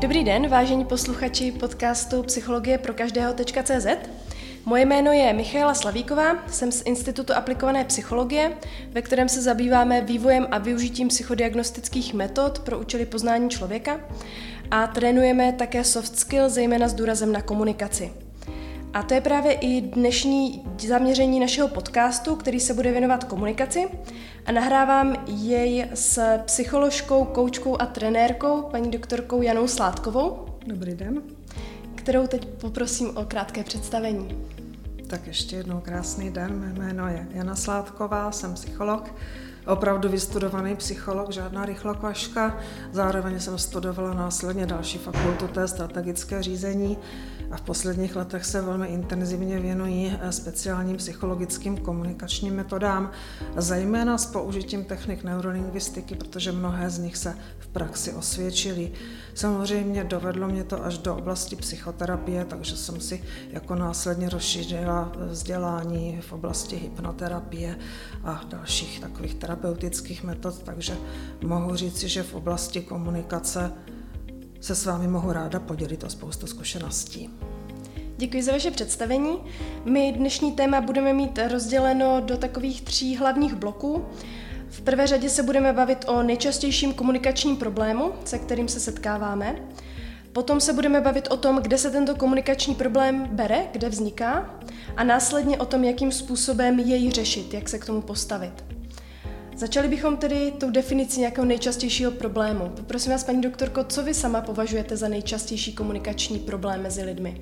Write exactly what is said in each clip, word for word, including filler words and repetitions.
Dobrý den, vážení posluchači podcastu Psychologie pro každého tečka cé zet. Moje jméno je Michaela Slavíková, jsem z Institutu aplikované psychologie, ve kterém se zabýváme vývojem a využitím psychodiagnostických metod pro účely poznání člověka a trénujeme také soft skill, zejména s důrazem na komunikaci. A to je právě i dnešní zaměření našeho podcastu, který se bude věnovat komunikaci. A nahrávám jej s psycholožkou, koučkou a trenérkou, paní doktorkou Janou Sládkovou. Dobrý den. Kterou teď poprosím o krátké představení. Tak ještě jednou krásný den. Mé jméno je Jana Sládková, jsem psycholog, opravdu vystudovaný psycholog, žádná rychlokvaška. Zároveň jsem studovala následně další fakultu, to je strategické řízení a v posledních letech se velmi intenzivně věnují speciálním psychologickým komunikačním metodám, zejména s použitím technik neurolingvistiky, protože mnohé z nich se v praxi osvědčily. Samozřejmě dovedlo mě to až do oblasti psychoterapie, takže jsem si jako následně rozšířila vzdělání v oblasti hypnoterapie a dalších takových terapeutických metod, takže mohu říci, že v oblasti komunikace se s vámi mohu ráda podělit o spoustu zkušeností. Děkuji za vaše představení. My dnešní téma budeme mít rozděleno do takových tří hlavních bloků. V prvé řadě se budeme bavit o nejčastějším komunikačním problému, se kterým se setkáváme. Potom se budeme bavit o tom, kde se tento komunikační problém bere, kde vzniká, a následně o tom, jakým způsobem jej řešit, jak se k tomu postavit. Začali bychom tedy tou definicí nějakého nejčastějšího problému. Poprosím vás, paní doktorko, co vy sama považujete za nejčastější komunikační problém mezi lidmi?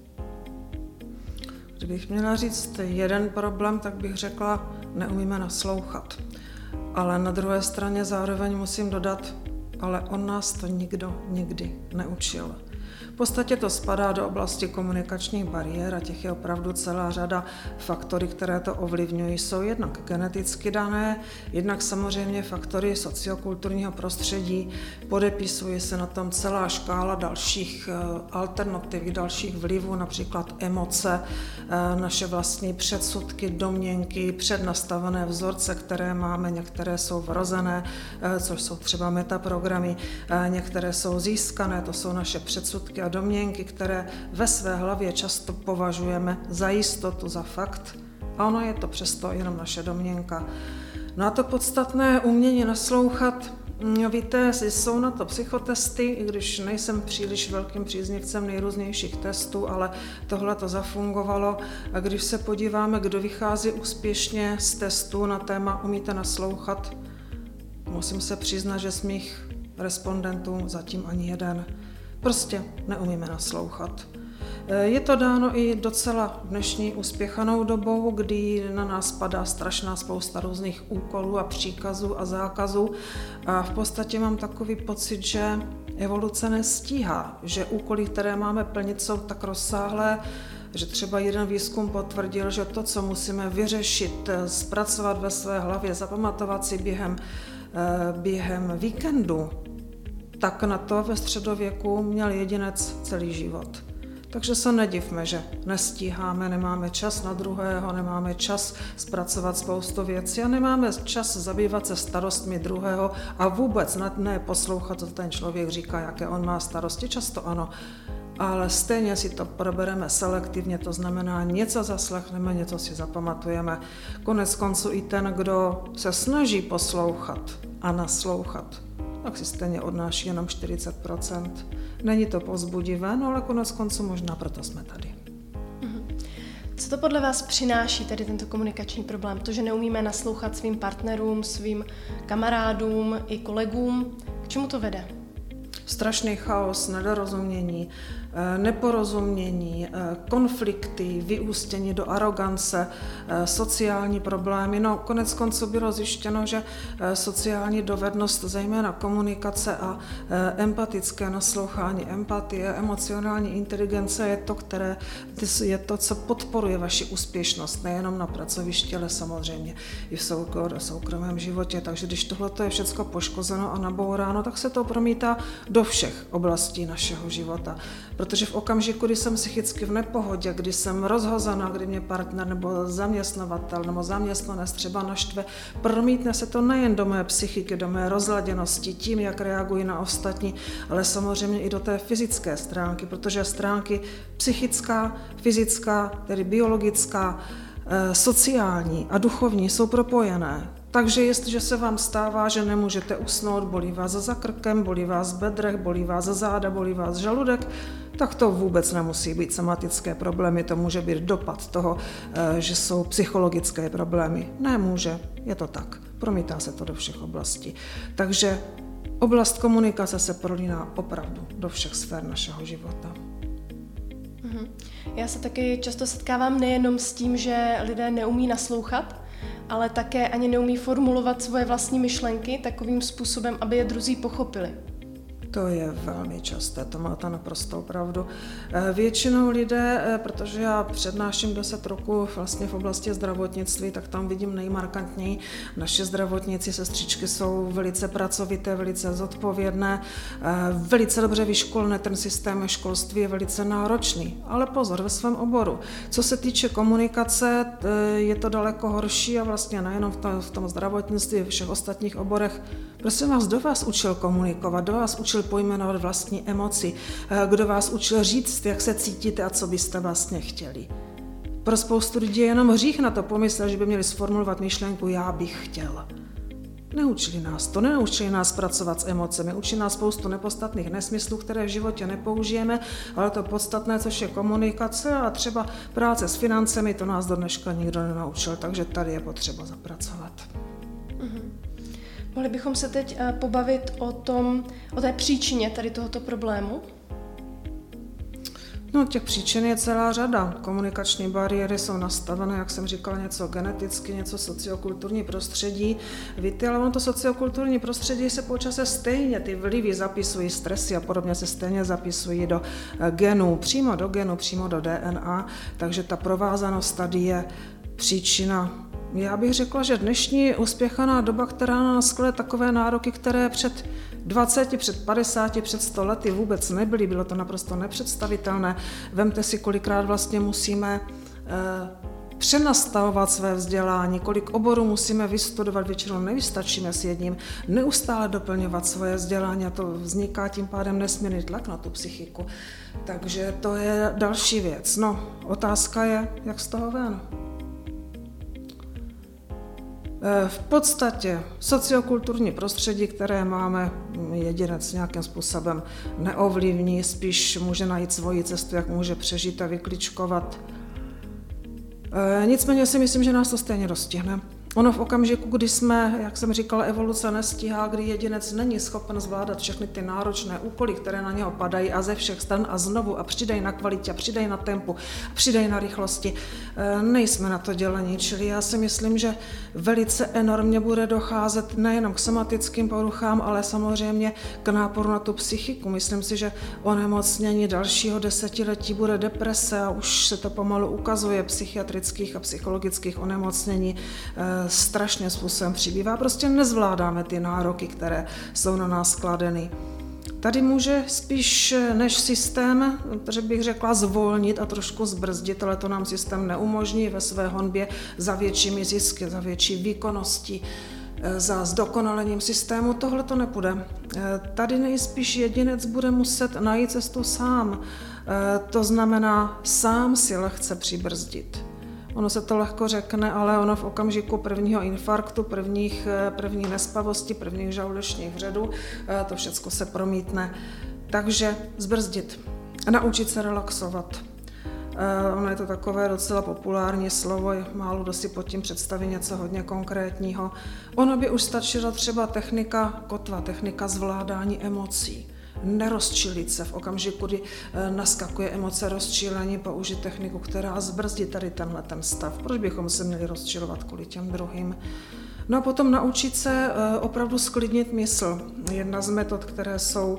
Kdybych měla říct jeden problém, tak bych řekla, neumíme naslouchat. Ale na druhé straně zároveň musím dodat, ale on nás to nikdo nikdy neučil. V podstatě to spadá do oblasti komunikačních bariér a těch je opravdu celá řada faktory, které to ovlivňují. Jsou jednak geneticky dané, jednak samozřejmě faktory sociokulturního prostředí, podepisuje se na tom celá škála dalších alternativ, dalších vlivů, například emoce, naše vlastní předsudky, domněnky, přednastavené vzorce, které máme, některé jsou vrozené, což jsou třeba metaprogramy, některé jsou získané, to jsou naše předsudky a domněnky, které ve své hlavě často považujeme za jistotu, za fakt. A ono je to přesto jenom naše domněnka. No a to podstatné umění naslouchat, víte, jsou na to psychotesty, i když nejsem příliš velkým příznivcem nejrůznějších testů, ale tohle to zafungovalo. A když se podíváme, kdo vychází úspěšně z testů na téma umíte naslouchat, musím se přiznat, že z mých respondentů zatím ani jeden. Prostě neumíme naslouchat. Je to dáno i docela dnešní uspěchanou dobou, kdy na nás padá strašná spousta různých úkolů a příkazů a zákazů. A v podstatě mám takový pocit, že evoluce nestíhá, že úkoly, které máme plnit, jsou tak rozsáhlé, že třeba jeden výzkum potvrdil, že to, co musíme vyřešit, zpracovat ve své hlavě, zapamatovat si během, během víkendu, tak na to ve středověku měl jedinec celý život. Takže se nedivme, že nestíháme, nemáme čas na druhého, nemáme čas zpracovat spoustu věcí a nemáme čas zabývat se starostmi druhého a vůbec ne poslouchat, co ten člověk říká, jaké on má starosti. Často ano, ale stejně si to probereme selektivně, to znamená něco zaslechneme, něco si zapamatujeme. Konec konců i ten, kdo se snaží poslouchat a naslouchat, tak si stejně odnáší jenom čtyřicet procent. Není to povzbudivé, no ale konec konců možná proto jsme tady. Co to podle vás přináší tady tento komunikační problém? To, že neumíme naslouchat svým partnerům, svým kamarádům i kolegům, k čemu to vede? Strašný chaos, nedorozumění, neporozumění, konflikty, vyústění do arogance, sociální problémy. No, konec konců bylo zjištěno, že sociální dovednost, zejména komunikace a empatické naslouchání, empatie, emocionální inteligence je to, které, je to, co podporuje vaši úspěšnost, nejenom na pracovišti, ale samozřejmě i v soukromém životě. Takže když tohle je všechno poškozeno a nabouráno, tak se to promítá do všech oblastí našeho života. Protože v okamžiku, kdy jsem psychicky v nepohodě, kdy jsem rozhozená, kdy mě partner nebo zaměstnavatel nebo zaměstnanec třeba naštve, promítne se to nejen do mé psychiky, do mé rozladěnosti, tím, jak reaguji na ostatní, ale samozřejmě i do té fyzické stránky, protože stránky psychická, fyzická, tedy biologická, sociální a duchovní jsou propojené. Takže jestliže se vám stává, že nemůžete usnout, bolí vás za krkem, bolí vás v bedrech, bolí vás za záda, bolí vás žaludek, tak to vůbec nemusí být somatické problémy, to může být dopad toho, že jsou psychologické problémy. Ne, může, je to tak, promítá se to do všech oblastí. Takže oblast komunikace se prolíná opravdu do všech sfér našeho života. Já se taky často setkávám nejenom s tím, že lidé neumí naslouchat, ale také ani neumí formulovat svoje vlastní myšlenky takovým způsobem, aby je druzí pochopili. To je velmi časté, to máte naprosto pravdu. Většinou lidé, protože já přednáším deset roků vlastně v oblasti zdravotnictví, tak tam vidím nejmarkantněji. Naše zdravotníci, sestřičky jsou velice pracovité, velice zodpovědné, velice dobře vyškolené, ten systém školství je velice náročný. Ale pozor, ve svém oboru. Co se týče komunikace, je to daleko horší a vlastně nejenom v tom, v tom zdravotnictví, ve všech ostatních oborech. Prosím vás, kdo vás učil komunikovat, kdo vás učil pojmenovat vlastní emoci, kdo vás učil říct, jak se cítíte a co byste vlastně chtěli. Pro spoustu lidí je jenom hřích na to pomyslet, že by měli sformulovat myšlenku já bych chtěl. Neučili nás to, nenaučili nás pracovat s emocemi, učí nás spoustu nepodstatných nesmyslů, které v životě nepoužijeme, ale to podstatné, což je komunikace a třeba práce s financemi, to nás do dneška nikdo nenaučil, takže tady je potřeba zapracovat. Mhm. Mohli bychom se teď pobavit o tom, o té příčině tady tohoto problému? No, těch příčin je celá řada. Komunikační bariéry jsou nastavené, jak jsem říkala, něco geneticky, něco sociokulturní prostředí. Víte, ale ono to sociokulturní prostředí se po čase stejně, ty vlivy zapisují, stresy a podobně se stejně zapisují do genů, přímo do genů, přímo do D N A, takže ta provázanost tady je příčina. Já bych řekla, že dnešní uspěchaná doba, která na nás klade takové nároky, které před dvaceti, před padesáti, před sto lety vůbec nebyly, bylo to naprosto nepředstavitelné. Vemte si, kolikrát vlastně musíme eh, přenastavovat své vzdělání, kolik oborů musíme vystudovat, většinou nevystačíme s jedním, neustále doplňovat svoje vzdělání a to vzniká tím pádem nesmírný tlak na tu psychiku. Takže to je další věc. No, otázka je, jak z toho ven. V podstatě sociokulturní prostředí, které máme, jedinec nějakým způsobem neovlivní, spíš může najít svoji cestu, jak může přežít a vykličkovat. Nicméně si myslím, že nás to stejně dostihne. Ono v okamžiku, kdy jsme, jak jsem říkala, evoluce nestíhá, kdy jedinec není schopen zvládat všechny ty náročné úkoly, které na něho padají a ze všech stran a znovu a přidej na kvalitě, přidej na tempu, přidej na rychlosti, nejsme na to dělení. Čili já si myslím, že velice enormně bude docházet nejenom k somatickým poruchám, ale samozřejmě k náporu na tu psychiku. Myslím si, že onemocnění dalšího desetiletí bude deprese a už se to pomalu ukazuje, psychiatrických a psychologických onemocnění strašným způsobem přibývá. Prostě nezvládáme ty nároky, které jsou na nás kladeny. Tady může spíš než systém, že bych řekla, zvolnit a trošku zbrzdit, ale to nám systém neumožní ve své honbě za většími zisky, za větší výkonností, za zdokonalením systému. Tohle to nepůjde. Tady nejspíš jedinec bude muset najít cestu sám. To znamená sám si lehce přibrzdit. Ono se to lehko řekne, ale ono v okamžiku prvního infarktu, prvních, první nespavosti, prvních žaludečních vředů, to všechno se promítne. Takže zbrzdit a naučit se relaxovat. Ono je to takové docela populární slovo, málo kdo si pod tím představí něco hodně konkrétního. Ono by už stačila třeba technika kotva, technika zvládání emocí. Nerozčilit se v okamžiku, kdy naskakuje emoce rozčílení, použít techniku, která zbrzdí tady tenhle ten stav. Proč bychom se měli rozčilovat kvůli těm druhým? No a potom naučit se opravdu sklidnit mysl. Jedna z metod, které jsou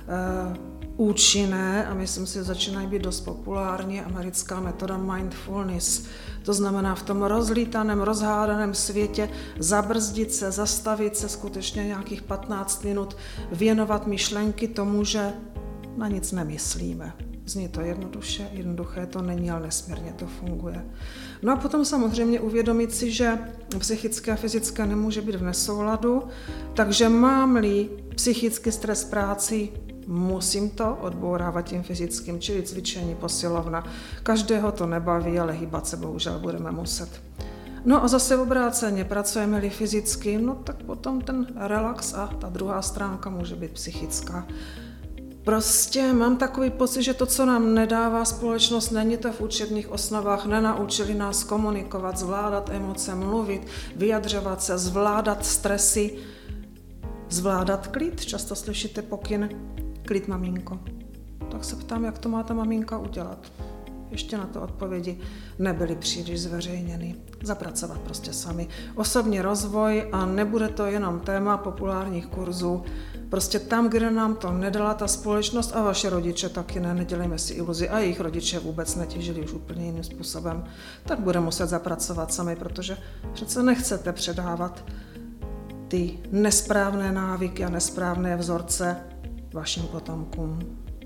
účinné a myslím si, že začínají být dost populární, americká metoda mindfulness. To znamená v tom rozlítaném, rozhádaném světě zabrzdit se, zastavit se skutečně nějakých patnáct minut, věnovat myšlenky tomu, že na nic nemyslíme. Zní to jednoduše, jednoduché to není, ale nesmírně to funguje. No a potom samozřejmě uvědomit si, že psychické a fyzické nemůže být v nesouladu, takže mám-li psychický stres v práci, musím to odbourávat tím fyzickým, čili cvičení, posilovna. Každého to nebaví, ale hýbat se bohužel budeme muset. No a zase obráceně, pracujeme-li fyzicky, no tak potom ten relax a ta druhá stránka může být psychická. Prostě mám takový pocit, že to, co nám nedává společnost, není to v učebních osnovách, nenaučili nás komunikovat, zvládat emoce, mluvit, vyjadřovat se, zvládat stresy, zvládat klid. Často slyšíte pokyn, klid maminko. Tak se ptám, jak to má ta maminka udělat. Ještě na to odpovědi nebyly příliš zveřejněny. Zapracovat prostě sami. Osobní rozvoj a nebude to jenom téma populárních kurzů. Prostě tam, kde nám to nedala ta společnost a vaše rodiče taky ne, nedělejme si iluzi a jejich rodiče vůbec netěžili už úplně jiným způsobem, tak bude muset zapracovat sami, protože přece nechcete předávat ty nesprávné návyky a nesprávné vzorce vašim potomkům.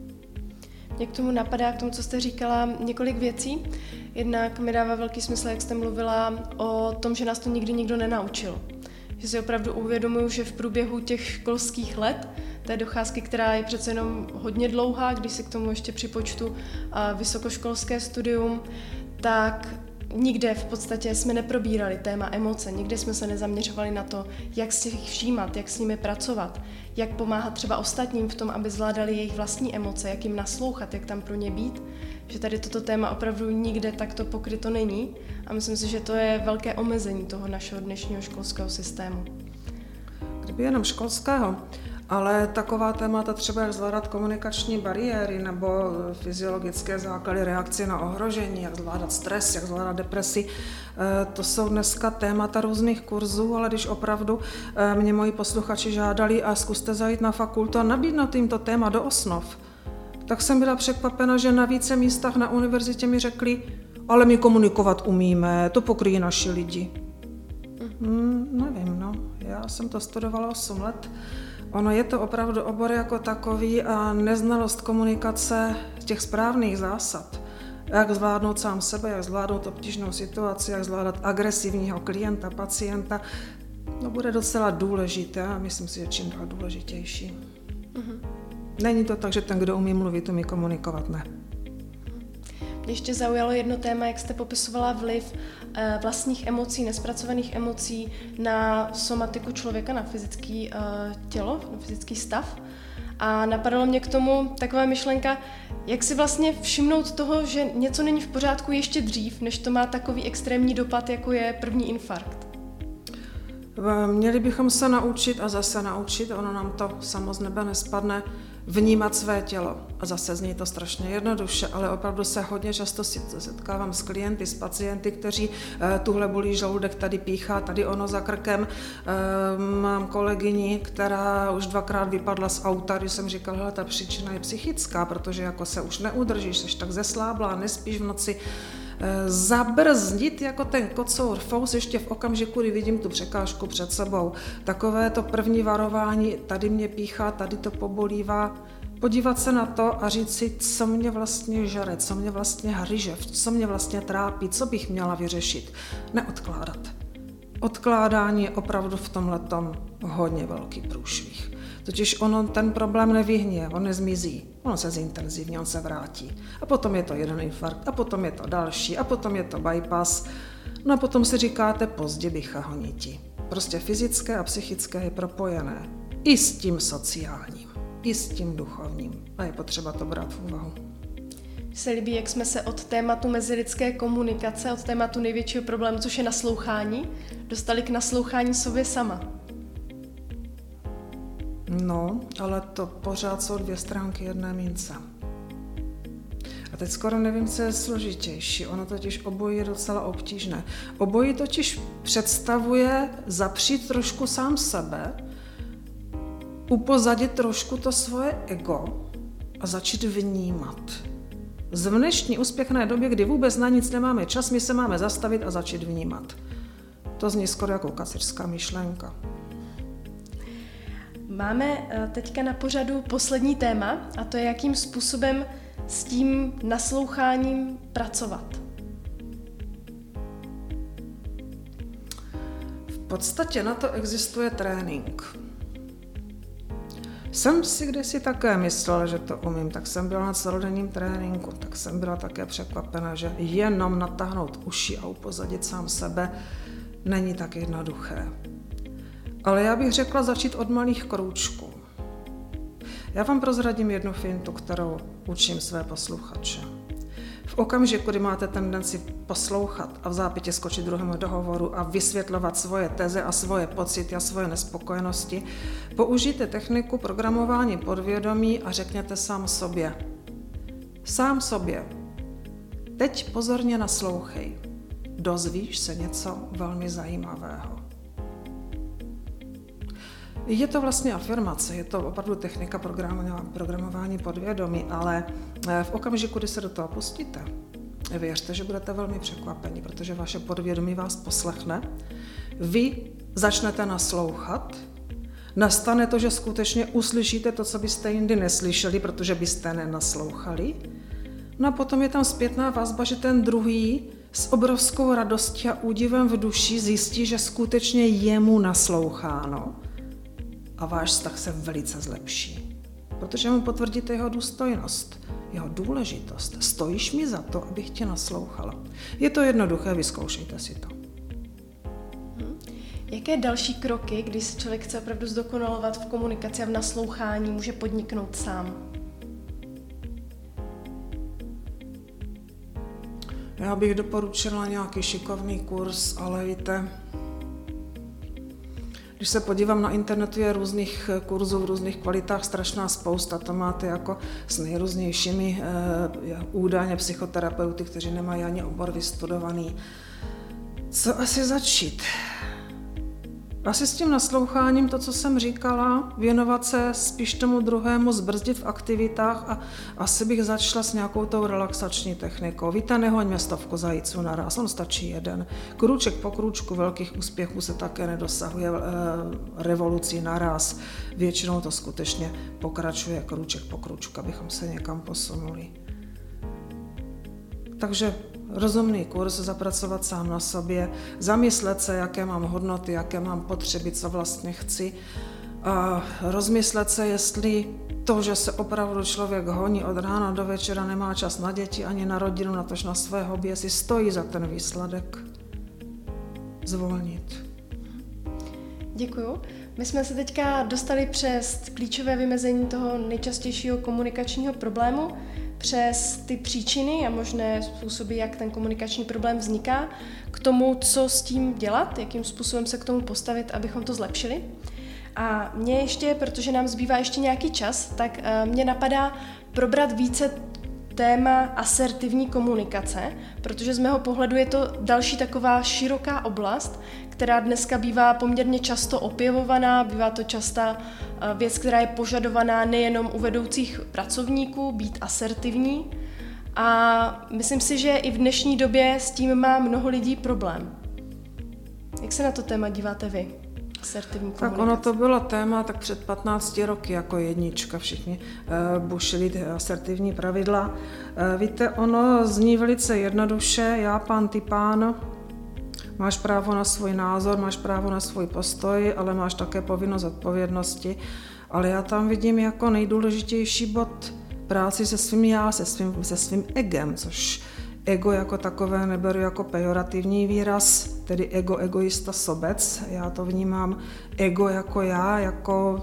Mě k tomu napadá, k tomu, co jste říkala, několik věcí. Jednak mi dává velký smysl, jak jste mluvila o tom, že nás to nikdy nikdo nenaučil. Že si opravdu uvědomuju, že v průběhu těch školských let, té docházky, která je přece jenom hodně dlouhá, když si k tomu ještě připočtu vysokoškolské studium, tak nikde v podstatě jsme neprobírali téma emoce, nikde jsme se nezaměřovali na to, jak si jich všímat, jak s nimi pracovat, jak pomáhat třeba ostatním v tom, aby zvládali jejich vlastní emoce, jak jim naslouchat, jak tam pro ně být, že tady toto téma opravdu nikde takto pokryto není a myslím si, že to je velké omezení toho našeho dnešního školského systému. Kdyby jenom školského, ale taková témata třeba jak zvládat komunikační bariéry nebo fyziologické základy reakce na ohrožení, jak zvládat stres, jak zvládat depresi, to jsou dneska témata různých kurzů, ale když opravdu mě moji posluchači žádali a zkuste zajít na fakultu a nabídnout jim to téma do osnov, tak jsem byla překvapena, že na více místech na univerzitě mi řekli, ale my komunikovat umíme, to pokryjí naši lidi. Hmm, nevím, no, já jsem to studovala osm let. Ono je to opravdu obor jako takový a neznalost komunikace těch správných zásad. Jak zvládnout sám sebe, jak zvládnout obtížnou situaci, jak zvládat agresivního klienta, pacienta, no bude docela důležité a myslím si, že čím dál důležitější. Mm-hmm. Není to tak, že ten, kdo umí mluvit, umí komunikovat, ne. Mě ještě zaujalo jedno téma, jak jste popisovala vliv vlastních emocí, nespracovaných emocí na somatiku člověka, na fyzické tělo, na fyzický stav. A napadalo mě k tomu taková myšlenka, jak si vlastně všimnout toho, že něco není v pořádku ještě dřív, než to má takový extrémní dopad, jako je první infarkt. Měli bychom se naučit a zase naučit, ono nám to samo z nebe nespadne, vnímat své tělo. A zase zní to strašně jednoduše, ale opravdu se hodně často setkávám s klienty, s pacienty, kteří eh, tuhle bolí žaludek, tady píchá, tady ono za krkem. Eh, mám kolegyni, která už dvakrát vypadla z auta, když jsem říkal, hele, ta příčina je psychická, protože jako se už neudržíš, jsi tak zesláblá, nespíš v noci. Zabrzdit jako ten kocour fous ještě v okamžiku, kdy vidím tu překážku před sebou. Takové to první varování, tady mě píchá, tady to pobolívá. Podívat se na to a říct si, co mě vlastně žere, co mě vlastně hryže, co mě vlastně trápí, co bych měla vyřešit. Neodkládat. Odkládání je opravdu v tomhletom hodně velký průšvih. Totiž ono ten problém nevyhně, on nezmizí, on se zintenzivní, on se vrátí. A potom je to jeden infarkt, a potom je to další, a potom je to bypass. No a potom si říkáte, pozdě bycha honiti. Prostě fyzické a psychické je propojené. I s tím sociálním, i s tím duchovním. A je potřeba to brát v úvahu. Mně se líbí, jak jsme se od tématu mezilidské komunikace, od tématu největšího problému, což je naslouchání, dostali k naslouchání sobě sama. No, ale to pořád jsou dvě stránky jedné mince. A teď skoro nevím, co je složitější. Ono totiž obojí je docela obtížné. Obojí totiž představuje zapřít trošku sám sebe, upozadit trošku to svoje ego a začít vnímat. V dnešní úspěšné době, kdy vůbec na nic nemáme čas, my se máme zastavit a začít vnímat. To zní skoro jako kaciřská myšlenka. Máme teďka na pořadu poslední téma a to je, jakým způsobem s tím nasloucháním pracovat? V podstatě na to existuje trénink. Jsem si kdysi také myslela, že to umím, tak jsem byla na celodenním tréninku, tak jsem byla také překvapena, že jenom natáhnout uši a upozadit sám sebe není tak jednoduché. Ale já bych řekla začít od malých krůčků. Já vám prozradím jednu fintu, kterou učím své posluchače. V okamžiku, kdy máte tendenci poslouchat a v zápětí skočit druhému do hovoru a vysvětlovat svoje teze a svoje pocity a svoje nespokojenosti, použijte techniku programování podvědomí a řekněte sám sobě. Sám sobě. Teď pozorně naslouchej. Dozvíš se něco velmi zajímavého. Je to vlastně afirmace, je to opravdu technika programování podvědomí, ale v okamžiku, kdy se do toho pustíte, věřte, že budete velmi překvapeni, protože vaše podvědomí vás poslechne, vy začnete naslouchat, nastane to, že skutečně uslyšíte to, co byste jindy neslyšeli, protože byste nenaslouchali, no a potom je tam zpětná vazba, že ten druhý s obrovskou radostí a údivem v duši zjistí, že skutečně je mu nasloucháno. A váš vztah se velice zlepší, protože mu potvrdíte jeho důstojnost, jeho důležitost. Stojíš mi za to, abych tě naslouchala. Je to jednoduché, vyzkoušejte si to. Hmm. Jaké další kroky, když se člověk chce opravdu zdokonalovat v komunikaci a v naslouchání, může podniknout sám? Já bych doporučila nějaký šikovný kurz, ale víte, když se podívám na internetu, je různých kurzů v různých kvalitách strašná spousta. To máte jako s nejrůznějšími e, údajně psychoterapeuty, kteří nemají ani obor vystudovaný. Co asi začít? Asi s tím nasloucháním, to, co jsem říkala, věnovat se spíš tomu druhému, zbrzdit v aktivitách a asi bych začala s nějakou tou relaxační technikou. Víte, nehoňme stovku zajíců naraz, on stačí jeden. Krůček po krůčku velkých úspěchů se také nedosahuje e, revolucí naraz. Většinou to skutečně pokračuje krůček po krůčku, abychom se někam posunuli. Takže rozumný kurz, zapracovat sám na sobě, zamyslet se, jaké mám hodnoty, jaké mám potřeby, co vlastně chci a rozmyslet se, jestli to, že se opravdu člověk honí od rána do večera, nemá čas na děti ani na rodinu, natož na své hobby, jestli stojí za ten výsledek. Zvolnit. Děkuju. My jsme se teďka dostali přes klíčové vymezení toho nejčastějšího komunikačního problému, přes ty příčiny a možné způsoby, jak ten komunikační problém vzniká, k tomu, co s tím dělat, jakým způsobem se k tomu postavit, abychom to zlepšili. A mě ještě, protože nám zbývá ještě nějaký čas, tak uh, mě napadá probrat více téma asertivní komunikace, protože z mého pohledu je to další taková široká oblast, která dneska bývá poměrně často opěvovaná, bývá to častá věc, která je požadovaná nejenom u vedoucích pracovníků, být asertivní. A myslím si, že i v dnešní době s tím má mnoho lidí problém. Jak se na to téma díváte vy? Asertivní komunikace. Tak ono to bylo téma tak před patnácti roky jako jednička, všichni uh, bušili asertivní pravidla. Uh, víte, ono zní velice jednoduše, já pán, ty pán, máš právo na svůj názor, máš právo na svůj postoj, ale máš také povinnost odpovědnosti. Ale já tam vidím jako nejdůležitější bod práci se svým já, se svým, se svým egem, což ego jako takové neberu jako pejorativní výraz, tedy ego, egoista, sobec. Já to vnímám ego jako já, jako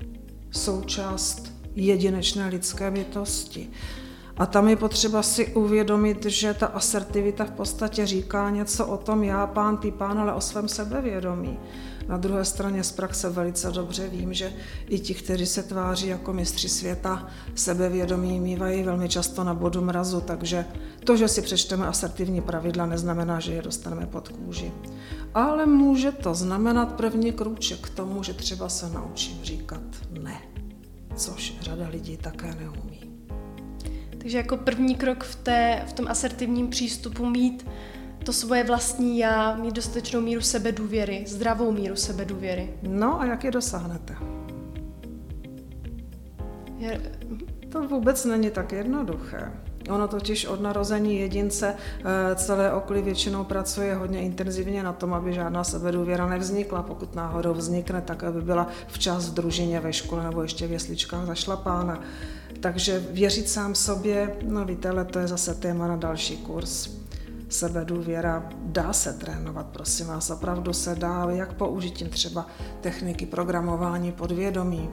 součást jedinečné lidské bytosti. A tam je potřeba si uvědomit, že ta asertivita v podstatě říká něco o tom já, pán, ty pán, ale o svém sebevědomí. Na druhé straně z praxe velice dobře vím, že i ti, kteří se tváří jako mistři světa, sebevědomí mívají velmi často na bodu mrazu, takže to, že si přečteme asertivní pravidla, neznamená, že je dostaneme pod kůži. Ale může to znamenat první krůček k tomu, že třeba se naučím říkat ne, což řada lidí také neumí. Takže jako první krok v, té, v tom asertivním přístupu mít to svoje vlastní já, mít dostatečnou míru sebedůvěry, zdravou míru sebedůvěry. No a jak je dosáhnete? Je, To vůbec není tak jednoduché. Ono totiž od narození jedince celé okolí většinou pracuje hodně intenzivně na tom, aby žádná sebedůvěra nevznikla. Pokud náhodou vznikne, tak aby byla včas v družině, ve škole nebo ještě v jesličkách zašlapána. Takže věřit sám sobě, no víte, ale to je zase téma na další kurz. Sebedůvěra dá se trénovat, prosím vás, opravdu se dá, jak použitím třeba techniky programování podvědomí.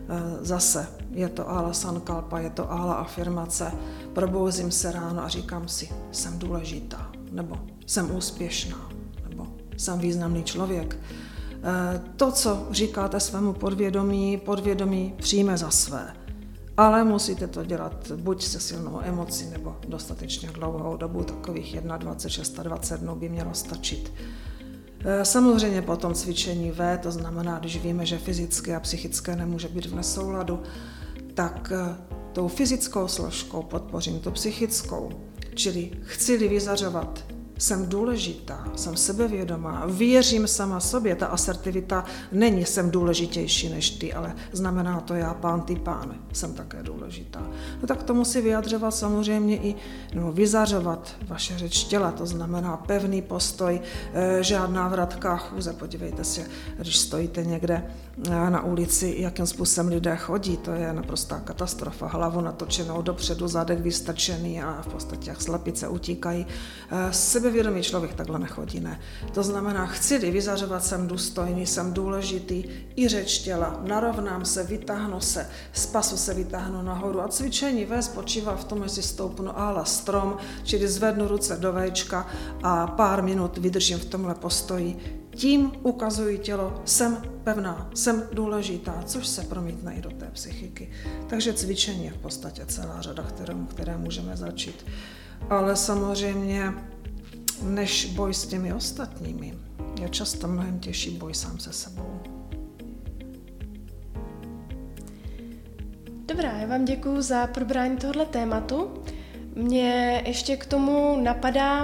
Zase je to ála sankalpa, je to ála afirmace. Probouzím se ráno a říkám si, jsem důležitá, nebo jsem úspěšná, nebo jsem významný člověk. To, co říkáte svému podvědomí, podvědomí přijme za své. Ale musíte to dělat buď se silnou emocí, nebo dostatečně dlouhou dobu, takových dvacet jedna, dvacet šest dnů by mělo stačit. Samozřejmě po tom cvičení V, to znamená, když víme, že fyzické a psychické nemůže být v nesouladu, tak tou fyzickou složkou podpořím tu psychickou, čili chci-li vyzařovat, jsem důležitá, jsem sebevědomá, věřím sama sobě, ta asertivita není jsem důležitější než ty, ale znamená to já pán, ty pán, jsem také důležitá. No tak to musí vyjadřovat samozřejmě i, no, vyzařovat vaše řeč těla, to znamená pevný postoj, e, žádná vratka chůze. Podívejte se, když stojíte někde na ulici, jakým způsobem lidé chodí, to je naprostá katastrofa. Hlavu natočenou dopředu, zadek vystrčený a v podstatě jak slepice utíkají. E, Sebevědomý člověk takhle nechodí, ne. To znamená, chci-li vyzařovat, jsem důstojný, jsem důležitý, i řeč těla, narovnám se, vytáhnu se, z pasu se vytáhnu nahoru a cvičení V spočívá v tom, že si stoupnu ála strom, čili zvednu ruce do Včka a pár minut vydržím v tomhle postoji. Tím ukazuji tělo, jsem pevná, jsem důležitá, což se promítne i do té psychiky. Takže cvičení je v podstatě celá řada, kterou, které můžeme začít. Ale samozřejmě než boj s těmi ostatními, je často mnohem těžší boj sám se sebou. Dobrá, já vám děkuju za probrání tohoto tématu. Mě ještě k tomu napadá,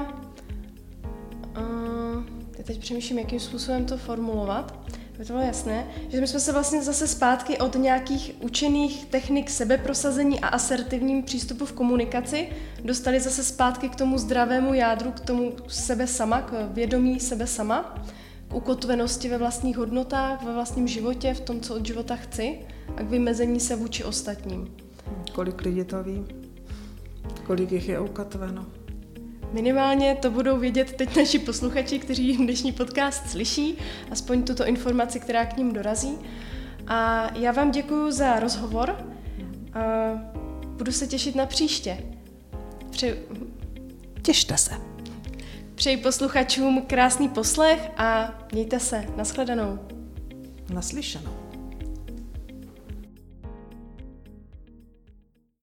uh, já teď přemýšlím, jakým způsobem to formulovat, aby to bylo jasné, že my jsme se vlastně zase zpátky od nějakých učených technik sebeprosazení a asertivním přístupu v komunikaci dostali zase zpátky k tomu zdravému jádru, k tomu sebe sama, k vědomí sebe sama, k ukotvenosti ve vlastních hodnotách, ve vlastním životě, v tom, co od života chci a k vymezení se vůči ostatním. Kolik lidí to ví? Kolik jich je ukotveno? Minimálně to budou vědět teď naši posluchači, kteří dnešní podcast slyší, aspoň tuto informaci, která k ním dorazí. A já vám děkuju za rozhovor a budu se těšit na příště. Přeji... Těšte se. Přeji posluchačům krásný poslech a mějte se. Nashledanou. Naslyšenou.